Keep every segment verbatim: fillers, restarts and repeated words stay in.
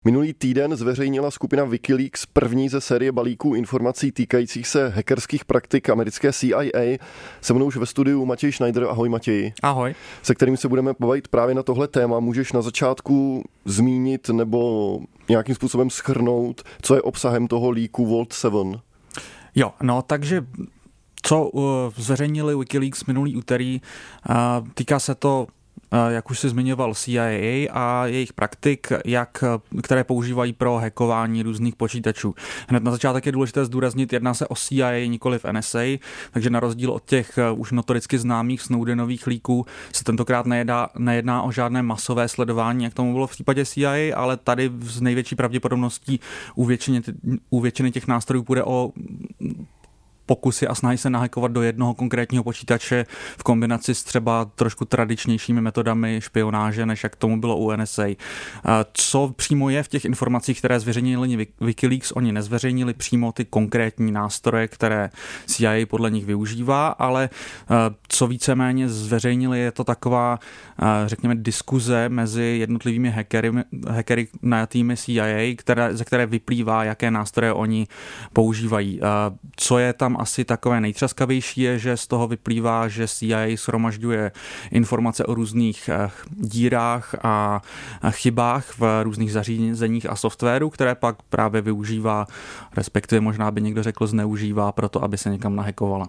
Minulý týden zveřejnila skupina Wikileaks první ze série balíků informací týkajících se hackerských praktik americké C I A. Se mnou už ve studiu Matěj Schneider. Ahoj Matěji. Ahoj. Se kterým se budeme bavit právě na tohle téma. Můžeš na začátku zmínit nebo nějakým způsobem shrnout, co je obsahem toho líku Vault sedm? Jo, no takže co uh, zveřejnili Wikileaks minulý úterý, uh, týká se to, jak už jsi zmiňoval, C I A a jejich praktik, jak, které používají pro hackování různých počítačů. Hned na začátek je důležité zdůraznit, jedná se o C I A, nikoliv N S A, takže na rozdíl od těch už notoricky známých Snowdenových líků se tentokrát nejedná, nejedná o žádné masové sledování, jak tomu bylo v případě C I A, ale tady s největší pravděpodobností u většiny, u většiny těch nástrojů půjde o pokusy a snahy se nahackovat do jednoho konkrétního počítače v kombinaci s třeba trošku tradičnějšími metodami špionáže, než jak tomu bylo u N S A. Co přímo je v těch informacích, které zveřejnili Wikileaks, oni nezveřejnili přímo ty konkrétní nástroje, které C I A podle nich využívá, ale co víceméně zveřejnili, je to taková, řekněme, diskuze mezi jednotlivými hackery, hackery najatými C I A, které, ze které vyplývá, jaké nástroje oni používají. Co je tam asi takové nejtřaskavější je, že z toho vyplývá, že C I A shromažďuje informace o různých dírách a chybách v různých zařízeních a softwaru, které pak právě využívá, respektive možná by někdo řekl zneužívá proto, aby se někam nahackovala.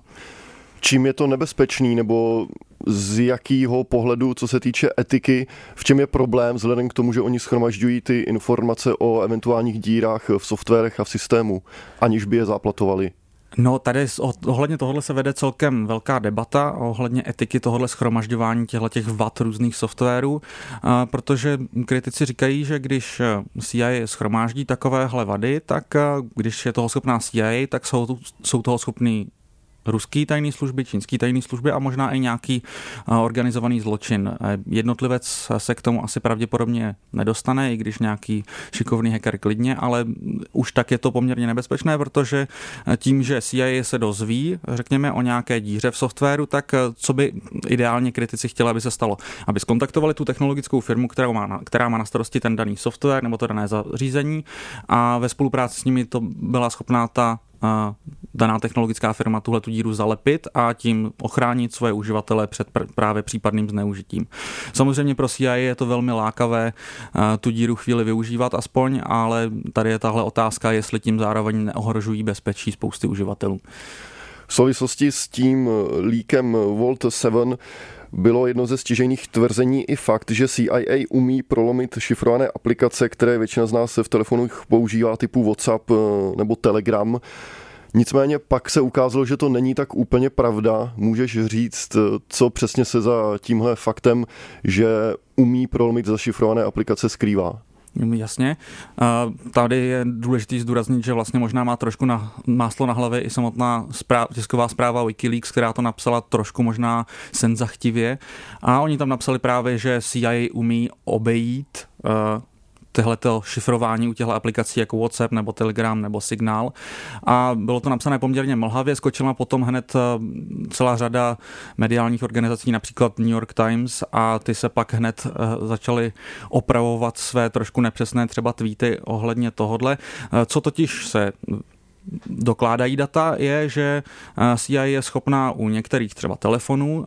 Čím je to nebezpečný, nebo z jakého pohledu, co se týče etiky, v čem je problém, vzhledem k tomu, že oni shromažďují ty informace o eventuálních dírách v softwarech a v systému, aniž by je záplatovali? No tady ohledně tohohle se vede celkem velká debata ohledně etiky tohohle shromažďování těchto vad různých softwarů, protože kritici říkají, že když C I A shromáždí takovéhle vady, tak když je toho schopná C I A, tak jsou, jsou toho schopný ruský tajný služby, čínský tajný služby a možná i nějaký organizovaný zločin. Jednotlivec se k tomu asi pravděpodobně nedostane, i když nějaký šikovný hacker klidně, ale už tak je to poměrně nebezpečné, protože tím, že C I A se dozví, řekněme, o nějaké díře v softwaru, tak co by ideálně kritici chtěli, aby se stalo? Aby skontaktovali tu technologickou firmu, která má na, která má na starosti ten daný software nebo to dané zařízení a ve spolupráci s nimi to byla schopná ta daná technologická firma tuhletu díru zalepit a tím ochránit svoje uživatele před pr- právě případným zneužitím. Samozřejmě pro C I A je to velmi lákavé tu díru chvíli využívat aspoň, ale tady je tahle otázka, jestli tím zároveň neohrožují bezpečí spousty uživatelů. V souvislosti s tím líkem Vault sedm bylo jedno ze stěžejných tvrzení i fakt, že C I A umí prolomit šifrované aplikace, které většina z nás v telefonech používá, typu WhatsApp nebo Telegram. Nicméně pak se ukázalo, že to není tak úplně pravda. Můžeš říct, co přesně se za tímhle faktem, že umí prolomit zašifrované aplikace, skrývá? Jasně. Tady je důležité zdůraznit, že vlastně možná má trošku na, máslo na hlavě i samotná zpráv, tisková zpráva Wikileaks, která to napsala trošku možná senzachtivě. A oni tam napsali právě, že C I A umí obejít uh, tohleto šifrování u těchto aplikací jako WhatsApp nebo Telegram nebo Signál. A bylo to napsané poměrně mlhavě, skočila potom hned celá řada mediálních organizací, například New York Times, a ty se pak hned začaly opravovat své trošku nepřesné třeba tweety ohledně tohodle. Co totiž se dokládají data, je, že C I A je schopná u některých třeba telefonů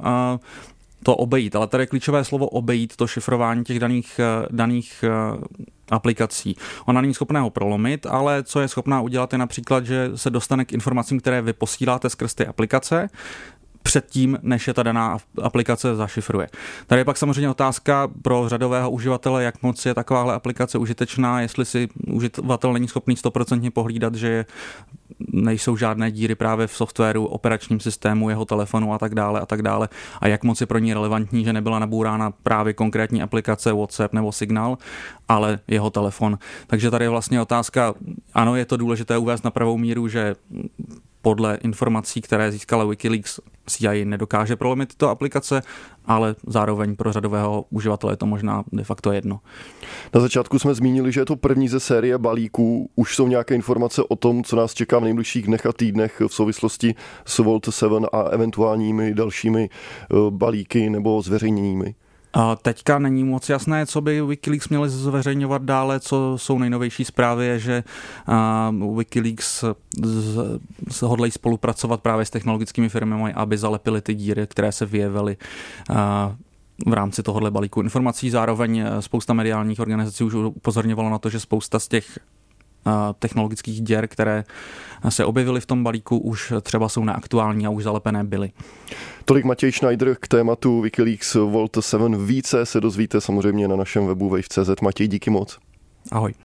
to obejít, ale tady je klíčové slovo obejít, to šifrování těch daných, daných aplikací. Ona není schopná ho prolomit, ale co je schopná udělat je například, že se dostane k informacím, které vy posíláte skrz ty aplikace, předtím, než je ta daná aplikace zašifruje. Tady je pak samozřejmě otázka pro řadového uživatele, jak moc je takováhle aplikace užitečná, jestli si uživatel není schopný stoprocentně pohlídat, že nejsou žádné díry právě v softwaru, operačním systému, jeho telefonu a tak dále a tak dále. A jak moc je pro ní relevantní, že nebyla nabourána právě konkrétní aplikace WhatsApp nebo Signál, ale jeho telefon. Takže tady je vlastně otázka, ano, je to důležité uvést na pravou míru, že podle informací, které získala Wikileaks, C I A nedokáže prolomit tyto aplikace, ale zároveň pro řadového uživatele je to možná de facto jedno. Na začátku jsme zmínili, že je to první ze série balíků. Už jsou nějaké informace o tom, co nás čeká v nejbližších dnech a týdnech v souvislosti s Vault sedm a eventuálními dalšími balíky nebo zveřejněními? Teďka není moc jasné, co by Wikileaks měli zveřejňovat dále, co jsou nejnovější zprávy, je, že Wikileaks se hodlají spolupracovat právě s technologickými firmami, aby zalepili ty díry, které se vyjevily v rámci tohohle balíku informací. Zároveň spousta mediálních organizací už upozorňovalo na to, že spousta z těch technologických děr, které se objevily v tom balíku, už třeba jsou neaktuální a už zalepené byly. Tolik Matěj Schneider k tématu Wikileaks Vault sedm. Více se dozvíte samozřejmě na našem webu wave tečka cé zet. Matěj, díky moc. Ahoj.